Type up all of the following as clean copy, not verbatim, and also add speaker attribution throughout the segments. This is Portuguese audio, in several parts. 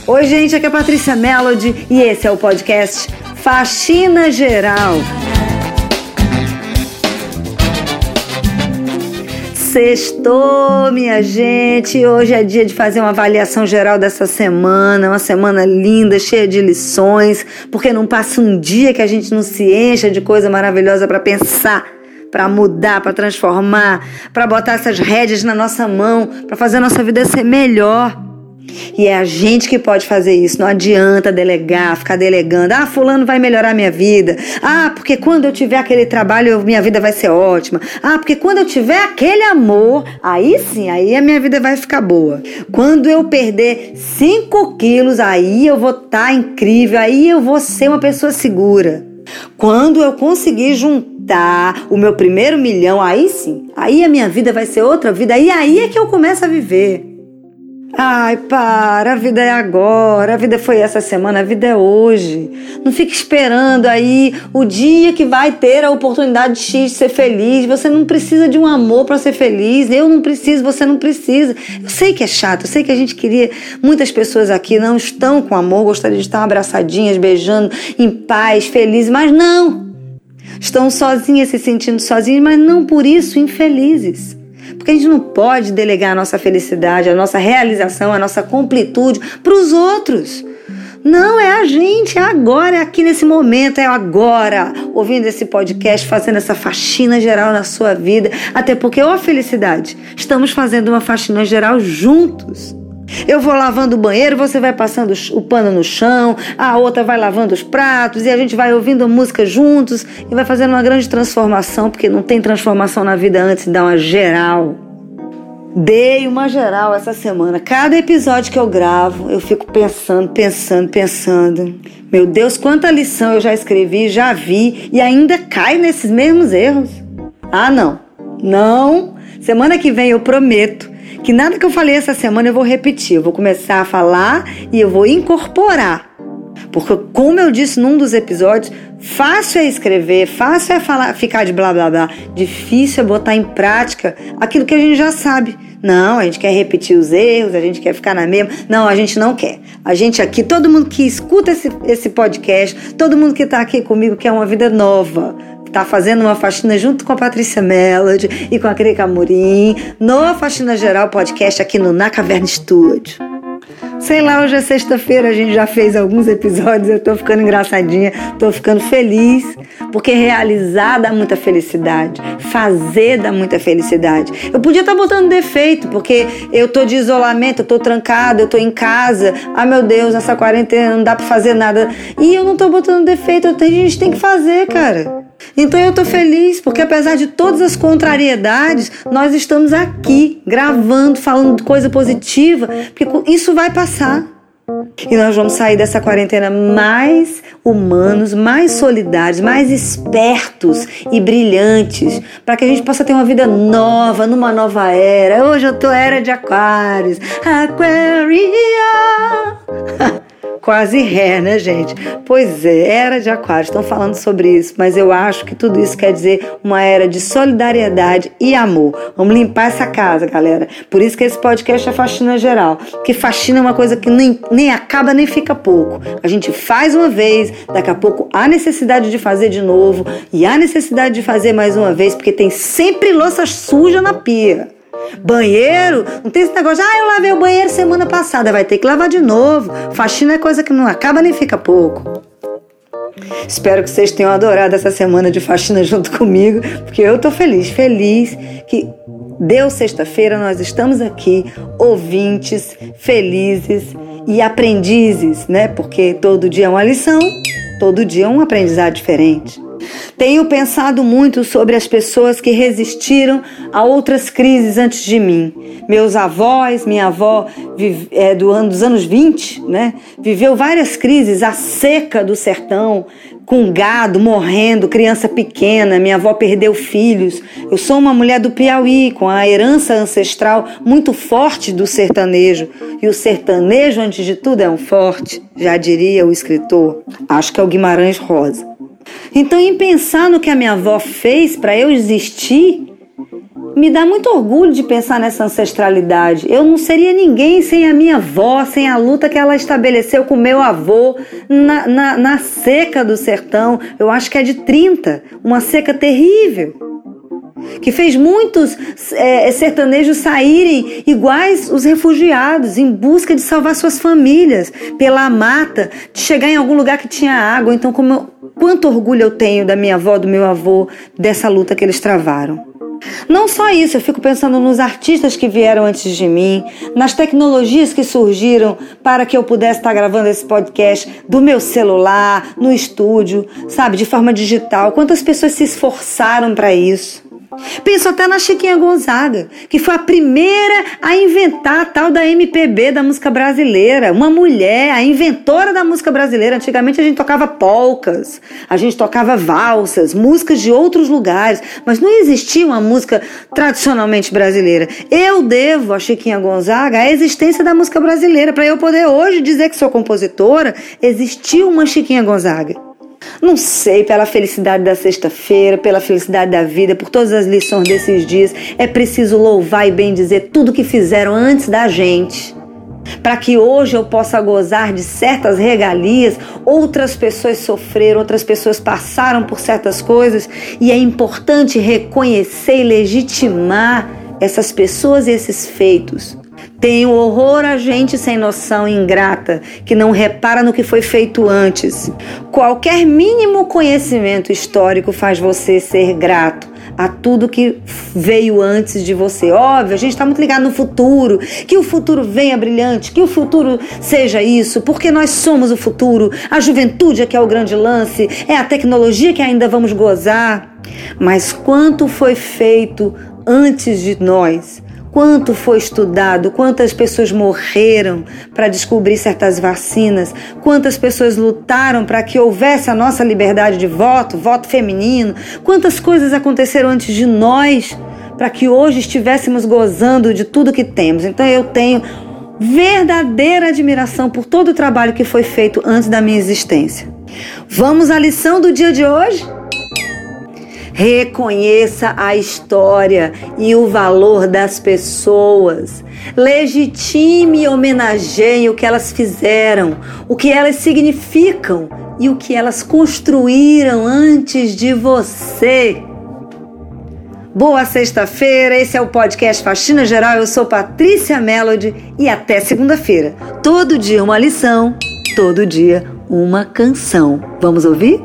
Speaker 1: Oi, gente, aqui é a Patrícia Melody e esse é o podcast Faxina Geral. Sextou, minha gente. Hoje é dia de fazer uma avaliação geral dessa semana. Uma semana linda, cheia de lições, porque não passa um dia que a gente não se encha de coisa maravilhosa para pensar, para mudar, para transformar, para botar essas rédeas na nossa mão, para fazer a nossa vida ser melhor. E é a gente que pode fazer isso. Não adianta delegar, ficar delegando. Ah, fulano vai melhorar minha vida. Ah, porque quando eu tiver aquele trabalho, minha vida vai ser ótima. Ah, porque quando eu tiver aquele amor, aí sim, aí a minha vida vai ficar boa. Quando eu perder 5 quilos, aí eu vou estar incrível, aí eu vou ser uma pessoa segura. Quando eu conseguir juntar o meu primeiro milhão, aí sim, aí a minha vida vai ser outra vida, e aí é que eu começo a viver. Ai, para, a vida é agora, a vida foi essa semana, a vida é hoje. Não fique esperando aí o dia que vai ter a oportunidade X de ser feliz. Você não precisa de um amor para ser feliz, eu não preciso, você não precisa. Eu sei que é chato, eu sei que a gente queria, muitas pessoas aqui não estão com amor, gostariam de estar abraçadinhas, beijando, em paz, felizes, mas não. Estão sozinhas, se sentindo sozinhas, mas não por isso infelizes. Porque a gente não pode delegar a nossa felicidade, a nossa realização, a nossa completude para os outros. Não, é a gente, é agora, é aqui nesse momento, é agora, ouvindo esse podcast, fazendo essa faxina geral na sua vida. Até porque, ó felicidade, estamos fazendo uma faxina geral juntos. Eu vou lavando o banheiro, você vai passando o pano no chão, a outra vai lavando os pratos e a gente vai ouvindo música juntos e vai fazendo uma grande transformação, porque não tem transformação na vida antes de dar uma geral. Dei uma geral essa semana. Cada episódio que eu gravo, eu fico pensando. Meu Deus, quanta lição eu já escrevi, já vi e ainda cai nesses mesmos erros. Ah, não. Semana que vem eu prometo que nada que eu falei essa semana eu vou repetir. Eu vou começar a falar e eu vou incorporar. Porque, como eu disse num dos episódios, fácil é escrever, fácil é falar, ficar de blá blá blá. Difícil é botar em prática aquilo que a gente já sabe. Não, a gente quer repetir os erros, a gente quer ficar na mesma. Não, a gente não quer. A gente aqui, todo mundo que escuta esse podcast, todo mundo que está aqui comigo quer uma vida nova. Tá fazendo uma faxina junto com a Patrícia Melody e com a Crica Amorim no Faxina Geral Podcast aqui no Na Caverna Studio. Sei lá, hoje é sexta-feira, a gente já fez alguns episódios, eu tô ficando engraçadinha, tô ficando feliz, porque realizar dá muita felicidade, fazer dá muita felicidade. Eu podia estar botando defeito, porque eu tô de isolamento, eu tô trancada, eu tô em casa, ah meu Deus, nessa quarentena não dá pra fazer nada, e eu não tô botando defeito, a gente tem que fazer, cara. Então eu tô feliz, porque apesar de todas as contrariedades, nós estamos aqui, gravando, falando de coisa positiva, porque isso vai passar. E nós vamos sair dessa quarentena mais humanos, mais solidários, mais espertos e brilhantes, para que a gente possa ter uma vida nova, numa nova era. Hoje eu tô era de Aquários. Aquaria! Quase ré, né, gente? Pois é, era de Aquário, estão falando sobre isso, mas eu acho que tudo isso quer dizer uma era de solidariedade e amor. Vamos limpar essa casa, galera. Por isso que esse podcast é faxina geral, porque faxina é uma coisa que nem acaba nem fica pouco. A gente faz uma vez, daqui a pouco há necessidade de fazer de novo e há necessidade de fazer mais uma vez, porque tem sempre louça suja na pia. Banheiro, não tem esse negócio de, eu lavei o banheiro semana passada, vai ter que lavar de novo. Faxina é coisa que não acaba nem fica pouco. Espero que vocês tenham adorado essa semana de faxina junto comigo, porque eu tô feliz que deu sexta-feira, nós estamos aqui, ouvintes, felizes e aprendizes, né? Porque todo dia é uma lição, todo dia é um aprendizado diferente. Tenho pensado muito sobre as pessoas que resistiram a outras crises antes de mim. Meus avós, minha avó dos anos 20, né? Viveu várias crises, a seca do sertão, com gado morrendo, criança pequena, minha avó perdeu filhos. Eu sou uma mulher do Piauí, com a herança ancestral muito forte do sertanejo. E o sertanejo, antes de tudo, é um forte, já diria o escritor. Acho que é o Guimarães Rosa. Então, em pensar no que a minha avó fez para eu existir, me dá muito orgulho de pensar nessa ancestralidade. Eu não seria ninguém sem a minha avó, sem a luta que ela estabeleceu com meu avô na seca do sertão. Eu acho que é de 30, uma seca terrível, que fez muitos sertanejos saírem iguais os refugiados, em busca de salvar suas famílias, pela mata, de chegar em algum lugar que tinha água. Então, quanto orgulho eu tenho da minha avó, do meu avô, dessa luta que eles travaram. Não só isso, eu fico pensando nos artistas que vieram antes de mim, nas tecnologias que surgiram para que eu pudesse estar gravando esse podcast do meu celular, no estúdio, sabe, de forma digital. Quantas pessoas se esforçaram para isso? Penso até na Chiquinha Gonzaga, que foi a primeira a inventar a tal da MPB, da música brasileira. Uma mulher, a inventora da música brasileira. Antigamente a gente tocava polcas, a gente tocava valsas, músicas de outros lugares, mas não existia uma música tradicionalmente brasileira. Eu devo a Chiquinha Gonzaga a existência da música brasileira. Para eu poder hoje dizer que sou compositora, existiu uma Chiquinha Gonzaga. Não sei, pela felicidade da sexta-feira, pela felicidade da vida, por todas as lições desses dias, é preciso louvar e bendizer tudo que fizeram antes da gente, para que hoje eu possa gozar de certas regalias. Outras pessoas sofreram, outras pessoas passaram por certas coisas, e é importante reconhecer e legitimar essas pessoas e esses feitos. Tenho horror a gente sem noção, ingrata, que não repara no que foi feito antes. Qualquer mínimo conhecimento histórico faz você ser grato a tudo que veio antes de você. Óbvio, a gente está muito ligado no futuro, que o futuro venha brilhante, que o futuro seja isso, porque nós somos o futuro. A juventude é que é o grande lance, é a tecnologia que ainda vamos gozar. Mas quanto foi feito antes de nós? Quanto foi estudado, quantas pessoas morreram para descobrir certas vacinas, quantas pessoas lutaram para que houvesse a nossa liberdade de voto, voto feminino, quantas coisas aconteceram antes de nós para que hoje estivéssemos gozando de tudo que temos. Então eu tenho verdadeira admiração por todo o trabalho que foi feito antes da minha existência. Vamos à lição do dia de hoje? Reconheça a história e o valor das pessoas. Legitime e homenageie o que elas fizeram, o que elas significam e o que elas construíram antes de você. Boa sexta-feira, esse é o podcast Faxina Geral, eu sou Patrícia Melody e até segunda-feira. Todo dia uma lição, todo dia uma canção. Vamos ouvir?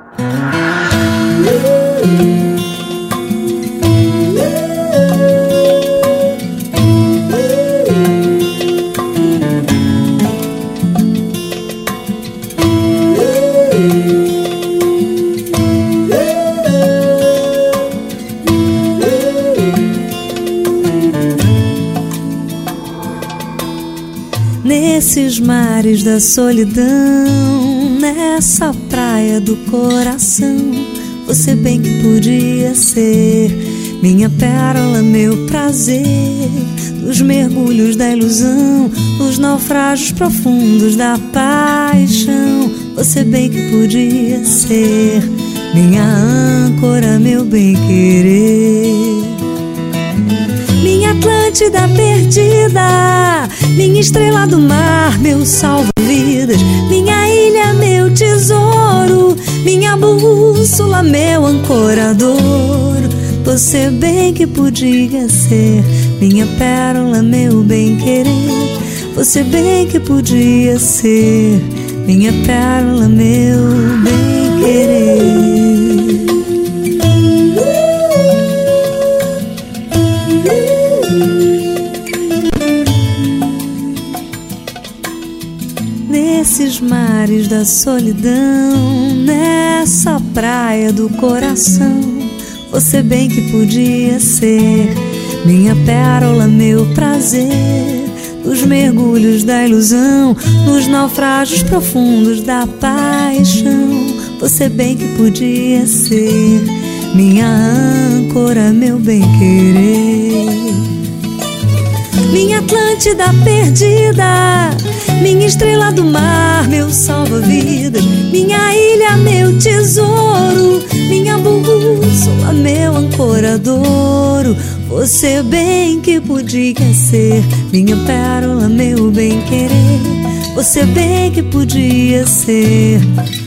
Speaker 2: Nesses mares da solidão, nessa praia do coração, você bem que podia ser minha pérola, meu prazer. Nos mergulhos da ilusão, nos naufrágios profundos da paixão, você bem que podia ser minha âncora, meu bem-querer. Minha Atlântida perdida, minha estrela do mar, meu salva-vidas, minha ilha, meu tesouro, minha bússola, meu ancorador. Você bem que podia ser minha pérola, meu bem-querer. Você bem que podia ser minha pérola, meu bem-querer. Nesses mares da solidão, nessa praia do coração, você bem que podia ser minha pérola, meu prazer. Nos mergulhos da ilusão, nos naufrágios profundos da paixão, você bem que podia ser minha âncora, meu bem-querer. Minha Atlântida perdida, minha estrela do mar, meu salva-vidas, minha ilha, meu tesouro, minha bússola, meu ancoradouro. Você bem que podia ser minha pérola, meu bem-querer. Você bem que podia ser.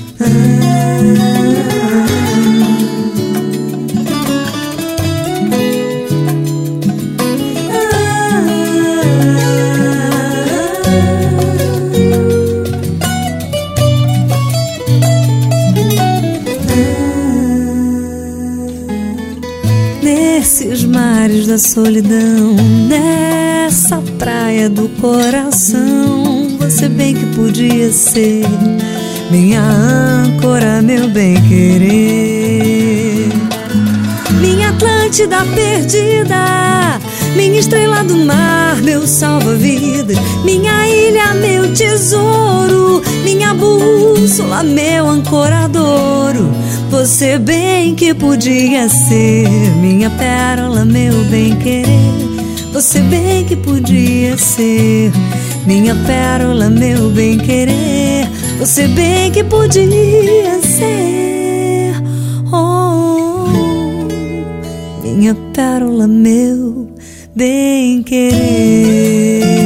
Speaker 2: Nesses mares da solidão, nessa praia do coração, você bem que podia ser minha âncora, meu bem-querer. Minha Atlântida perdida, minha estrela do mar, meu salva-vidas, minha ilha, meu tesouro, minha bússola, meu ancoradouro. Você bem que podia ser minha pérola, meu bem-querer. Você bem que podia ser minha pérola, meu bem-querer. Você bem que podia ser, oh, minha pérola, meu bem-querer.